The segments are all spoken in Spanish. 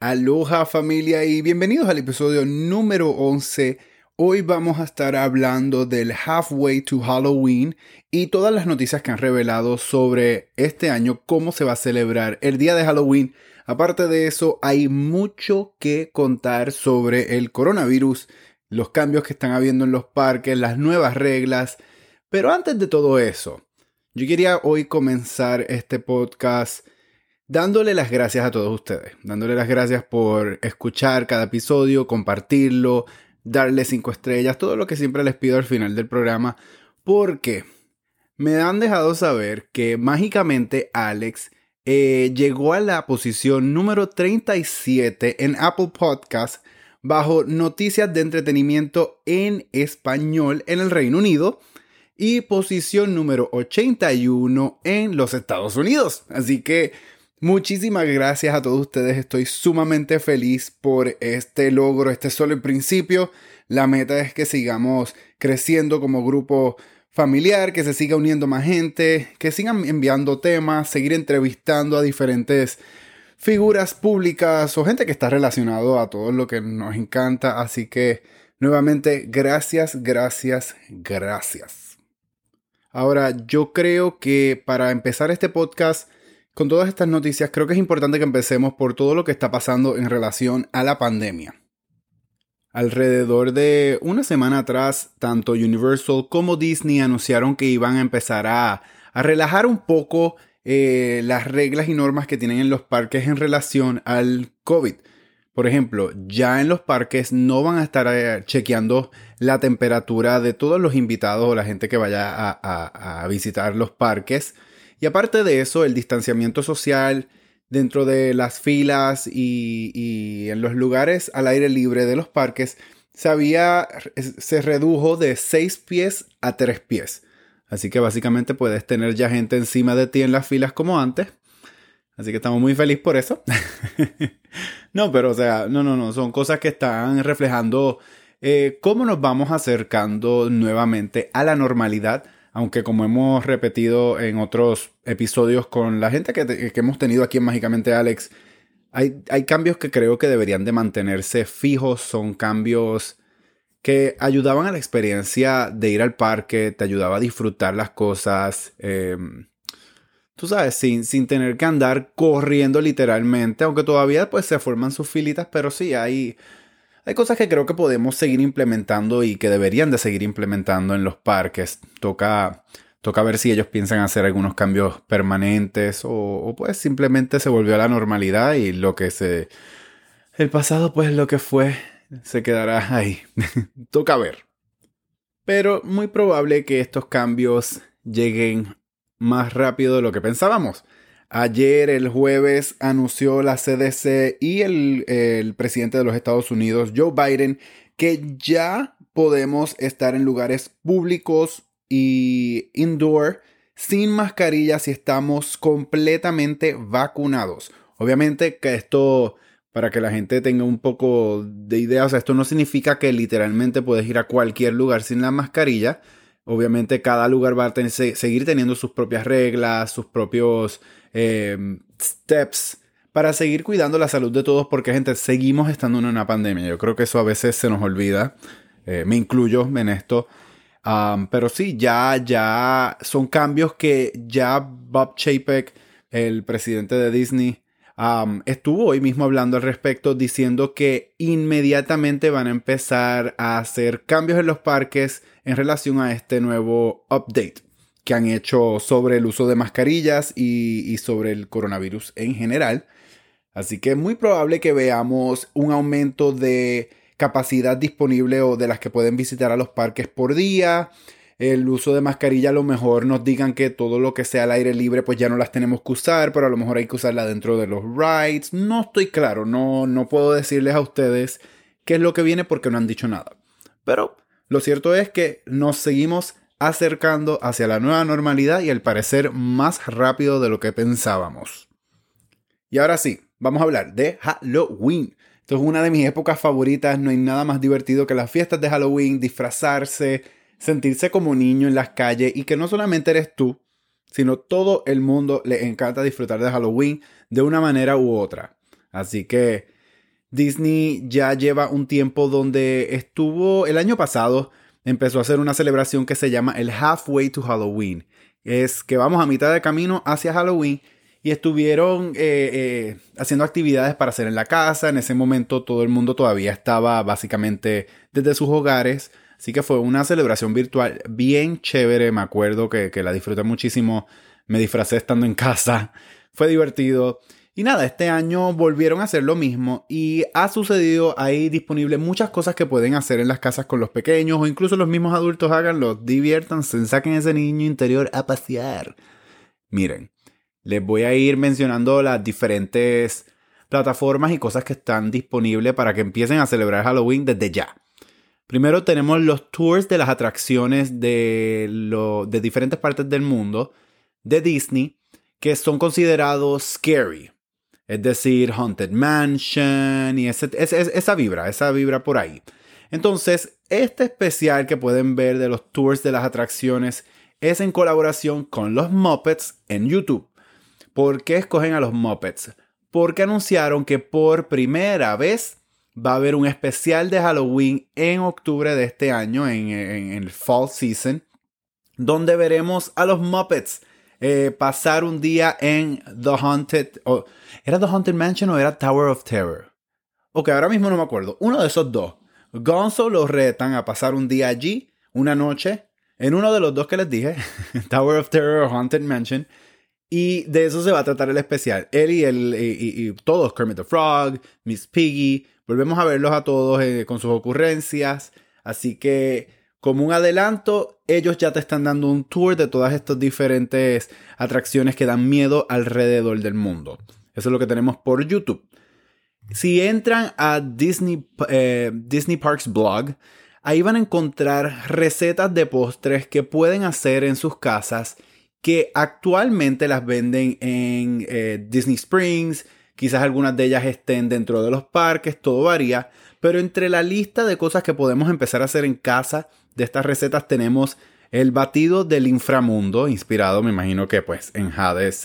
Aloha familia y bienvenidos al episodio número 11. Hoy vamos a estar hablando del Halfway to Halloween y todas las noticias que han revelado sobre este año, cómo se va a celebrar el día de Halloween. Aparte de eso, hay mucho que contar sobre el coronavirus, los cambios que están habiendo en los parques, las nuevas reglas. Pero antes de todo eso, yo quería hoy comenzar este podcast dándole las gracias a todos ustedes, dándole las gracias por escuchar cada episodio, compartirlo, darle 5 estrellas, todo lo que siempre les pido al final del programa, porque me han dejado saber que mágicamente Alex llegó a la posición número 37 en Apple Podcasts bajo noticias de entretenimiento en español en el Reino Unido y posición número 81 en los Estados Unidos. Así que muchísimas gracias a todos ustedes, estoy sumamente feliz por este logro, este es solo el principio. La meta es que sigamos creciendo como grupo familiar, que se siga uniendo más gente, que sigan enviando temas, seguir entrevistando a diferentes figuras públicas o gente que está relacionado a todo lo que nos encanta. Así que nuevamente, gracias. Ahora, yo creo que para empezar este podcast con todas estas noticias, creo que es importante que empecemos por todo lo que está pasando en relación a la pandemia. Alrededor de una semana atrás, tanto Universal como Disney anunciaron que iban a empezar a relajar un poco las reglas y normas que tienen en los parques en relación al COVID. Por ejemplo, ya en los parques no van a estar chequeando la temperatura de todos los invitados o la gente que vaya a visitar los parques. Y aparte de eso, el distanciamiento social dentro de las filas y en los lugares al aire libre de los parques se redujo de 6 pies a 3 pies. Así que básicamente puedes tener ya gente encima de ti en las filas como antes. Así que estamos muy felices por eso. No, pero o sea, no. Son cosas que están reflejando cómo nos vamos acercando nuevamente a la normalidad. Aunque como hemos repetido en otros episodios con la gente que hemos tenido aquí en Mágicamente Alex, hay cambios que creo que deberían de mantenerse fijos. Son cambios que ayudaban a la experiencia de ir al parque, te ayudaba a disfrutar las cosas, tú sabes, sin tener que andar corriendo literalmente, aunque todavía pues se forman sus filitas, pero sí hay cosas que creo que podemos seguir implementando y que deberían de seguir implementando en los parques. Toca ver si ellos piensan hacer algunos cambios permanentes o pues simplemente se volvió a la normalidad y el pasado pues lo que fue se quedará ahí. Toca ver. Pero muy probable que estos cambios lleguen más rápido de lo que pensábamos. Ayer, el jueves, anunció la CDC y el presidente de los Estados Unidos, Joe Biden, que ya podemos estar en lugares públicos y indoor sin mascarilla si estamos completamente vacunados. Obviamente que esto, para que la gente tenga un poco de idea, o sea, esto no significa que literalmente puedes ir a cualquier lugar sin la mascarilla. Obviamente cada lugar va a seguir teniendo sus propias reglas, sus propios steps para seguir cuidando la salud de todos, porque gente, seguimos estando en una pandemia. Yo creo que eso a veces se nos olvida. Me incluyo en esto. Pero sí, ya son cambios que ya Bob Chapek, el presidente de Disney, estuvo hoy mismo hablando al respecto, diciendo que inmediatamente van a empezar a hacer cambios en los parques en relación a este nuevo update que han hecho sobre el uso de mascarillas y sobre el coronavirus en general. Así que es muy probable que veamos un aumento de capacidad disponible o de las que pueden visitar a los parques por día. El uso de mascarilla, a lo mejor nos digan que todo lo que sea al aire libre pues ya no las tenemos que usar, pero a lo mejor hay que usarla dentro de los rides. No estoy claro, no puedo decirles a ustedes qué es lo que viene porque no han dicho nada. Pero lo cierto es que nos seguimos acercando hacia la nueva normalidad y al parecer más rápido de lo que pensábamos. Y ahora sí, vamos a hablar de Halloween. Esto es una de mis épocas favoritas, no hay nada más divertido que las fiestas de Halloween, disfrazarse, sentirse como niño en las calles y que no solamente eres tú, sino todo el mundo le encanta disfrutar de Halloween de una manera u otra. Así que Disney ya lleva un tiempo donde estuvo, el año pasado empezó a hacer una celebración que se llama el Halfway to Halloween. Es que vamos a mitad de camino hacia Halloween y estuvieron haciendo actividades para hacer en la casa. En ese momento todo el mundo todavía estaba básicamente desde sus hogares. Así que fue una celebración virtual bien chévere. Me acuerdo que la disfruté muchísimo. Me disfracé estando en casa. Fue divertido. Y nada, este año volvieron a hacer lo mismo y ha sucedido ahí disponible muchas cosas que pueden hacer en las casas con los pequeños o incluso los mismos adultos háganlo, diviértanse, saquen ese niño interior a pasear. Miren, les voy a ir mencionando las diferentes plataformas y cosas que están disponibles para que empiecen a celebrar Halloween desde ya. Primero tenemos los tours de las atracciones de diferentes partes del mundo de Disney que son considerados scary. Es decir, Haunted Mansion y esa vibra por ahí. Entonces, este especial que pueden ver de los tours de las atracciones es en colaboración con los Muppets en YouTube. ¿Por qué escogen a los Muppets? Porque anunciaron que por primera vez va a haber un especial de Halloween en octubre de este año, en el Fall Season, donde veremos a los Muppets pasar un día en The Haunted... ¿Era The Haunted Mansion o era Tower of Terror? Ok, ahora mismo no me acuerdo. Uno de esos dos. Gonzo los retan a pasar un día allí, una noche, en uno de los dos que les dije, Tower of Terror o Haunted Mansion. Y de eso se va a tratar el especial. Él y todos, Kermit the Frog, Miss Piggy. Volvemos a verlos a todos con sus ocurrencias. Así que, como un adelanto, ellos ya te están dando un tour de todas estas diferentes atracciones que dan miedo alrededor del mundo. Eso es lo que tenemos por YouTube. Si entran a Disney Parks Blog, ahí van a encontrar recetas de postres que pueden hacer en sus casas que actualmente las venden en Disney Springs. Quizás algunas de ellas estén dentro de los parques, todo varía. Pero entre la lista de cosas que podemos empezar a hacer en casa de estas recetas tenemos el batido del inframundo, inspirado me imagino que pues en Hades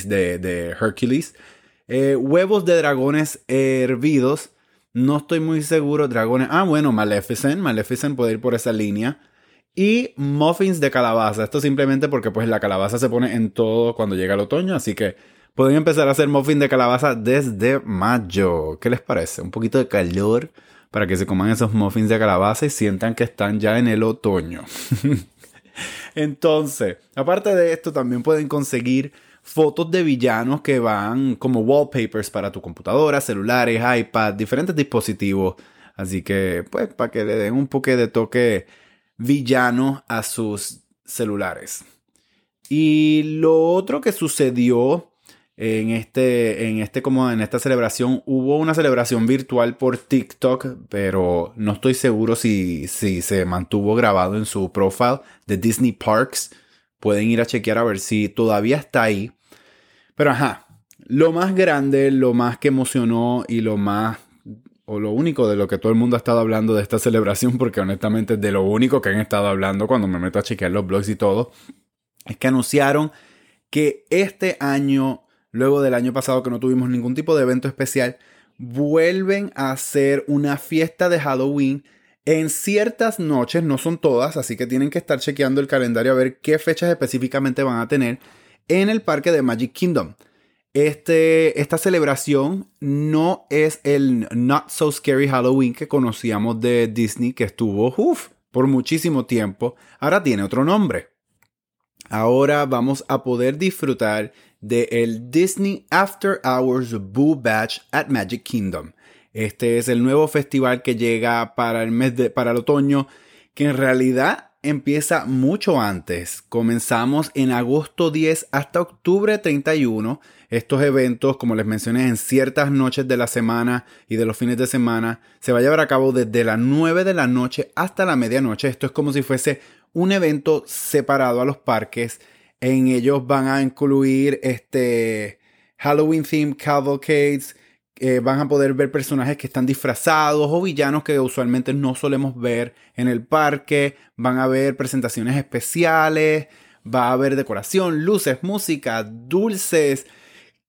de Hercules. Huevos de dragones hervidos. No estoy muy seguro. Dragones. Bueno, Maleficent puede ir por esa línea. Y muffins de calabaza. Esto simplemente porque pues la calabaza se pone en todo cuando llega el otoño. Así que pueden empezar a hacer muffins de calabaza desde mayo. ¿Qué les parece? Un poquito de calor para que se coman esos muffins de calabaza y sientan que están ya en el otoño. Entonces, aparte de esto, también pueden conseguir fotos de villanos que van como wallpapers para tu computadora, celulares, iPad, diferentes dispositivos. Así que, pues, para que le den un poco de toque villano a sus celulares. Y lo otro que sucedió en esta celebración, hubo una celebración virtual por TikTok, pero no estoy seguro si se mantuvo grabado en su profile de Disney Parks. Pueden ir a chequear a ver si todavía está ahí. Pero lo más grande, lo más que emocionó y lo único de lo que todo el mundo ha estado hablando de esta celebración, porque honestamente es de lo único que han estado hablando cuando me meto a chequear los blogs y todo, es que anunciaron que este año, luego del año pasado que no tuvimos ningún tipo de evento especial, vuelven a hacer una fiesta de Halloween en ciertas noches, no son todas, así que tienen que estar chequeando el calendario a ver qué fechas específicamente van a tener en el parque de Magic Kingdom. Esta celebración no es el Not So Scary Halloween que conocíamos de Disney, que estuvo por muchísimo tiempo. Ahora tiene otro nombre. Ahora vamos a poder disfrutar del Disney After Hours Boo Bash at Magic Kingdom. Este es el nuevo festival que llega para el otoño, que en realidad empieza mucho antes. Comenzamos en agosto 10 hasta octubre 31. Estos eventos, como les mencioné, en ciertas noches de la semana y de los fines de semana, se va a llevar a cabo desde las 9 de la noche hasta la medianoche. Esto es como si fuese un evento separado a los parques. En ellos van a incluir Halloween themed cavalcades. Van a poder ver personajes que están disfrazados o villanos que usualmente no solemos ver en el parque. Van a haber presentaciones especiales. Va a haber decoración, luces, música, dulces.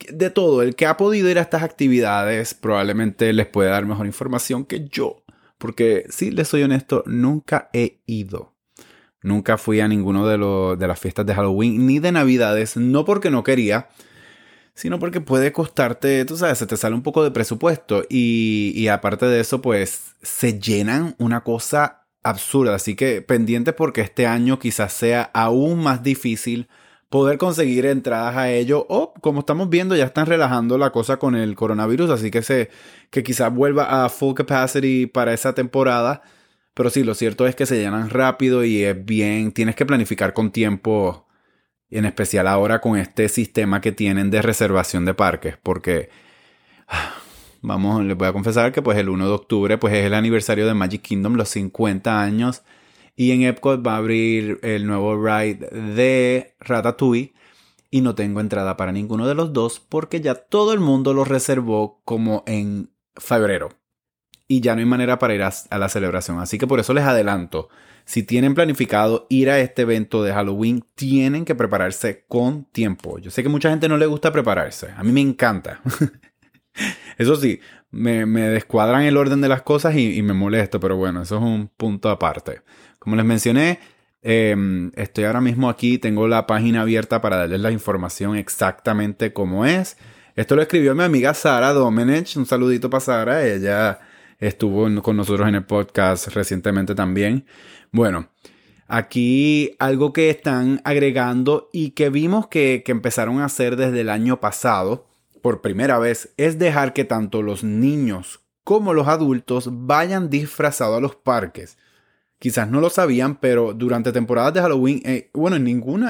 de todo, el que ha podido ir a estas actividades probablemente les puede dar mejor información que yo. Porque, si les soy honesto, nunca he ido. Nunca fui a ninguno de las fiestas de Halloween ni de Navidades. No porque no quería, sino porque puede costarte, tú sabes, se te sale un poco de presupuesto. Y aparte de eso, pues se llenan una cosa absurda. Así que pendientes porque este año quizás sea aún más difícil poder conseguir entradas a ello, o como estamos viendo ya están relajando la cosa con el coronavirus, así que quizás vuelva a full capacity para esa temporada, pero sí, lo cierto es que se llenan rápido y es bien, tienes que planificar con tiempo, en especial ahora con este sistema que tienen de reservación de parques, porque vamos, les voy a confesar que pues el 1 de octubre pues es el aniversario de Magic Kingdom, los 50 años. Y en Epcot va a abrir el nuevo ride de Ratatouille. Y no tengo entrada para ninguno de los dos porque ya todo el mundo lo reservó como en febrero. Y ya no hay manera para ir a la celebración. Así que por eso les adelanto. Si tienen planificado ir a este evento de Halloween, tienen que prepararse con tiempo. Yo sé que mucha gente no le gusta prepararse. A mí me encanta. Eso sí, me descuadran el orden de las cosas y me molesto. Pero bueno, eso es un punto aparte. Como les mencioné, estoy ahora mismo aquí, tengo la página abierta para darles la información exactamente cómo es. Esto lo escribió mi amiga Sara Domenech, un saludito para Sara, ella estuvo con nosotros en el podcast recientemente también. Bueno, aquí algo que están agregando y que vimos que empezaron a hacer desde el año pasado, por primera vez, es dejar que tanto los niños como los adultos vayan disfrazados a los parques. Quizás no lo sabían, pero durante temporadas de Halloween, en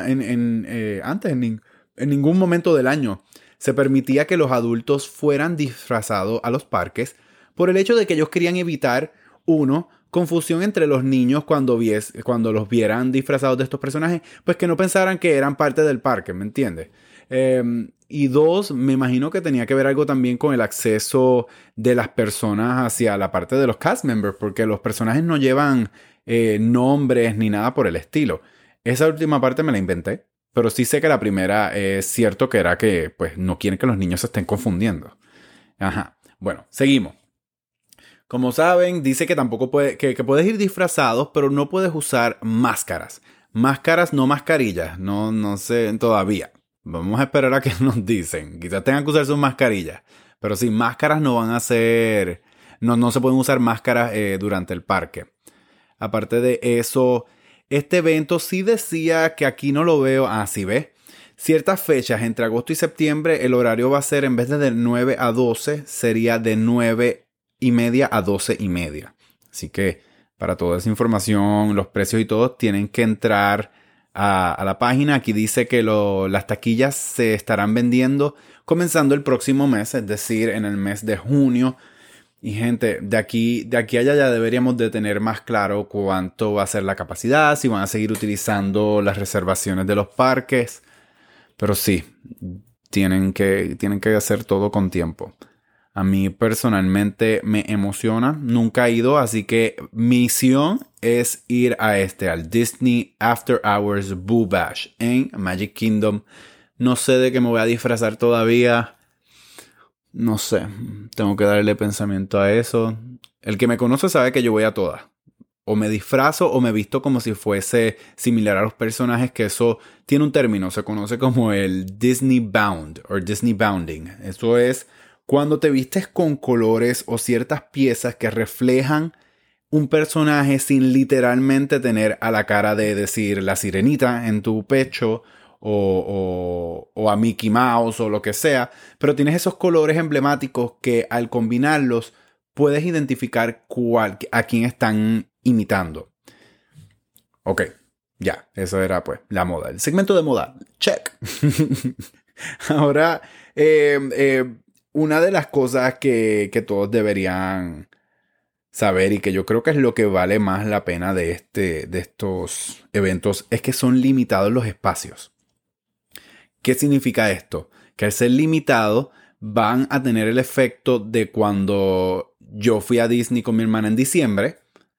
ningún momento del año se permitía que los adultos fueran disfrazados a los parques por el hecho de que ellos querían evitar, uno, confusión entre los niños cuando los vieran disfrazados de estos personajes, pues que no pensaran que eran parte del parque, ¿me entiendes? Y dos, me imagino que tenía que ver algo también con el acceso de las personas hacia la parte de los cast members, porque los personajes no llevan nombres ni nada por el estilo. Esa última parte me la inventé, pero sí sé que la primera es cierto que era que pues no quieren que los niños se estén confundiendo. Ajá. Bueno, seguimos. Como saben, dice que tampoco que puedes ir disfrazados, pero no puedes usar máscaras. Máscaras, no mascarillas. No sé todavía. Vamos a esperar a que nos dicen. Quizás tengan que usar sus mascarillas. Pero sí, máscaras no van a ser... No se pueden usar máscaras durante el parque. Aparte de eso, este evento sí decía que aquí no lo veo. Sí ve. Ciertas fechas entre agosto y septiembre el horario va a ser en vez de 9 a 12, sería de 9:30 a 12:30. Así que para toda esa información, los precios y todo, tienen que entrar a la página. Aquí dice que las taquillas se estarán vendiendo comenzando el próximo mes, es decir, en el mes de junio. Y gente, de aquí a allá ya deberíamos de tener más claro cuánto va a ser la capacidad, si van a seguir utilizando las reservaciones de los parques. Pero sí, tienen que hacer todo con tiempo. A mí personalmente me emociona, nunca he ido, así que mi misión es ir al Disney After Hours Boo Bash en Magic Kingdom. No sé de qué me voy a disfrazar todavía. No sé, tengo que darle pensamiento a eso. El que me conoce sabe que yo voy a todas. O me disfrazo o me visto como si fuese similar a los personajes, que eso tiene un término, se conoce como el Disney Bound o Disney Bounding. Eso es cuando te vistes con colores o ciertas piezas que reflejan un personaje sin literalmente tener a la cara de decir la sirenita en tu pecho o a Mickey Mouse o lo que sea, pero tienes esos colores emblemáticos que al combinarlos puedes identificar a quién están imitando. Ok, ya, eso era pues la moda. El segmento de moda, check. Ahora, una de las cosas que todos deberían saber y que yo creo que es lo que vale más la pena de estos eventos es que son limitados los espacios. ¿Qué significa esto? Que al ser limitado van a tener el efecto de cuando yo fui a Disney con mi hermana en diciembre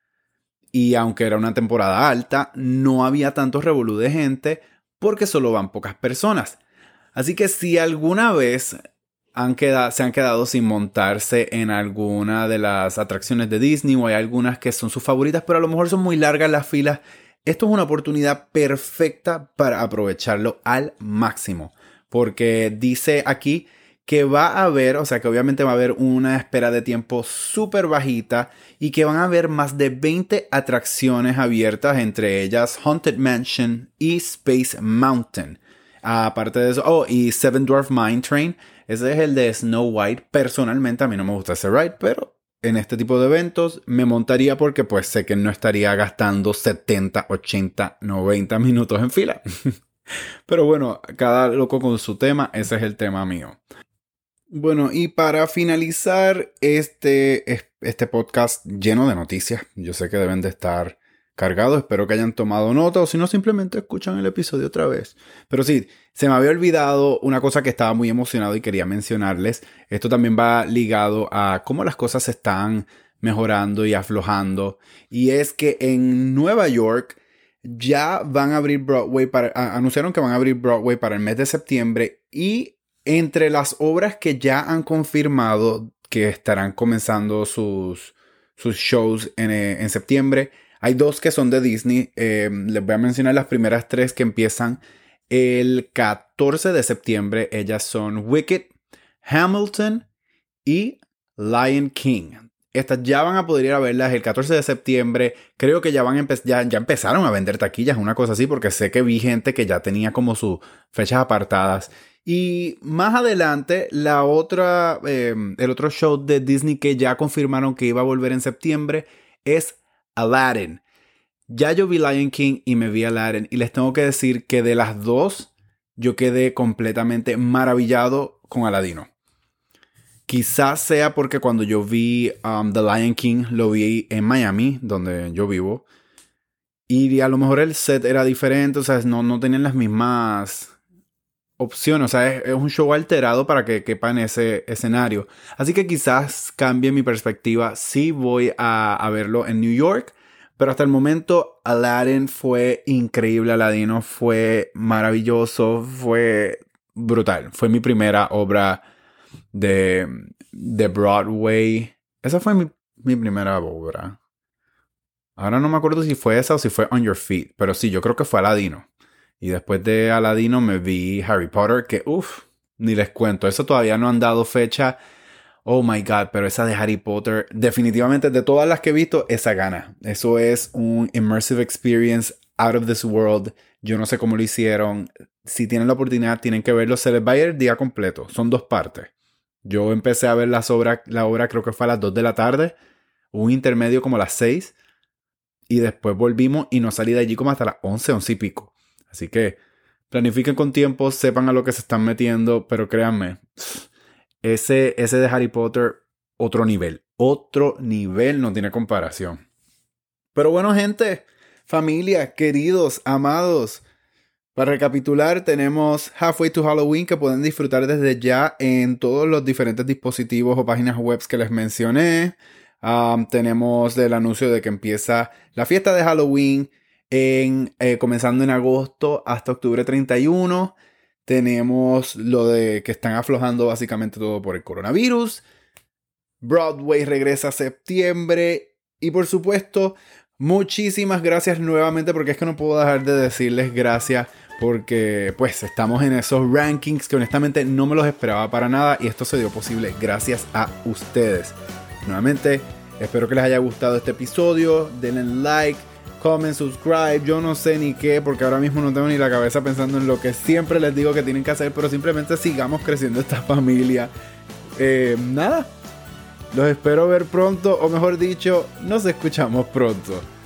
y aunque era una temporada alta, no había tanto revolú de gente porque solo van pocas personas. Así que si alguna vez se han quedado sin montarse en alguna de las atracciones de Disney o hay algunas que son sus favoritas, pero a lo mejor son muy largas las filas, esto es una oportunidad perfecta para aprovecharlo al máximo. Porque dice aquí que va a haber, o sea que obviamente va a haber una espera de tiempo súper bajita y que van a haber más de 20 atracciones abiertas, entre ellas Haunted Mansion y Space Mountain. Aparte de eso, y Seven Dwarf Mine Train, ese es el de Snow White. Personalmente a mí no me gusta ese ride, pero en este tipo de eventos me montaría porque pues sé que no estaría gastando 70, 80, 90 minutos en fila. Pero bueno, cada loco con su tema, ese es el tema mío. Bueno, y para finalizar este podcast lleno de noticias, yo sé que deben de estar cargados, espero que hayan tomado nota o si no simplemente escuchan el episodio otra vez. Pero sí, se me había olvidado una cosa que estaba muy emocionado y quería mencionarles. Esto también va ligado a cómo las cosas se están mejorando y aflojando. Y es que en Nueva York ya van a abrir Broadway anunciaron que van a abrir Broadway para el mes de septiembre y entre las obras que ya han confirmado que estarán comenzando sus shows en septiembre, hay 2 que son de Disney. Les voy a mencionar las primeras 3 que empiezan el 14 de septiembre. Ellas son Wicked, Hamilton y Lion King. Estas ya van a poder ir a verlas el 14 de septiembre. Creo que ya empezaron a vender taquillas, una cosa así, porque sé que vi gente que ya tenía como sus fechas apartadas. Y más adelante, el otro show de Disney que ya confirmaron que iba a volver en septiembre es Aladdin. Ya yo vi Lion King y me vi Aladdin. Y les tengo que decir que de las 2, yo quedé completamente maravillado con Aladino. Quizás sea porque cuando yo vi The Lion King, lo vi en Miami, donde yo vivo. Y a lo mejor el set era diferente, o sea, no tenían las mismas opciones, o sea, es un show alterado para que quepa en ese escenario. Así que quizás cambie mi perspectiva. Sí voy a verlo en New York, pero hasta el momento Aladdin fue increíble. Aladino fue maravilloso, fue brutal. Fue mi primera obra de Broadway. Esa fue mi primera obra. Ahora no me acuerdo si fue esa o si fue On Your Feet, pero sí, yo creo que fue Aladino. Y después de Aladino me vi Harry Potter, que ni les cuento. Eso todavía no han dado fecha. Oh my God, pero esa de Harry Potter, definitivamente de todas las que he visto, esa gana. Eso es un immersive experience out of this world. Yo no sé cómo lo hicieron. Si tienen la oportunidad, tienen que verlo. Se les va a ir el día completo. Son 2 partes. Yo empecé a ver la obra creo que fue a las 2 de la tarde. Un intermedio como a las 6. Y después volvimos y no salí de allí como hasta las 11 y pico. Así que planifiquen con tiempo, sepan a lo que se están metiendo, pero créanme, ese de Harry Potter, otro nivel, no tiene comparación. Pero bueno, gente, familia, queridos, amados, para recapitular, tenemos Halfway to Halloween que pueden disfrutar desde ya en todos los diferentes dispositivos o páginas web que les mencioné. Tenemos el anuncio de que empieza la fiesta de Halloween comenzando en agosto hasta octubre 31. Tenemos lo de que están aflojando básicamente todo por el coronavirus. Broadway regresa a septiembre. Y por supuesto, muchísimas gracias nuevamente, porque es que no puedo dejar de decirles gracias, porque pues estamos en esos rankings que honestamente no me los esperaba para nada y esto se dio posible gracias a ustedes. Nuevamente, espero que les haya gustado este episodio. Denle like, comment, subscribe, yo no sé ni qué, porque ahora mismo no tengo ni la cabeza pensando en lo que siempre les digo que tienen que hacer, pero simplemente sigamos creciendo esta familia. Nada, los espero ver pronto, o mejor dicho, nos escuchamos pronto.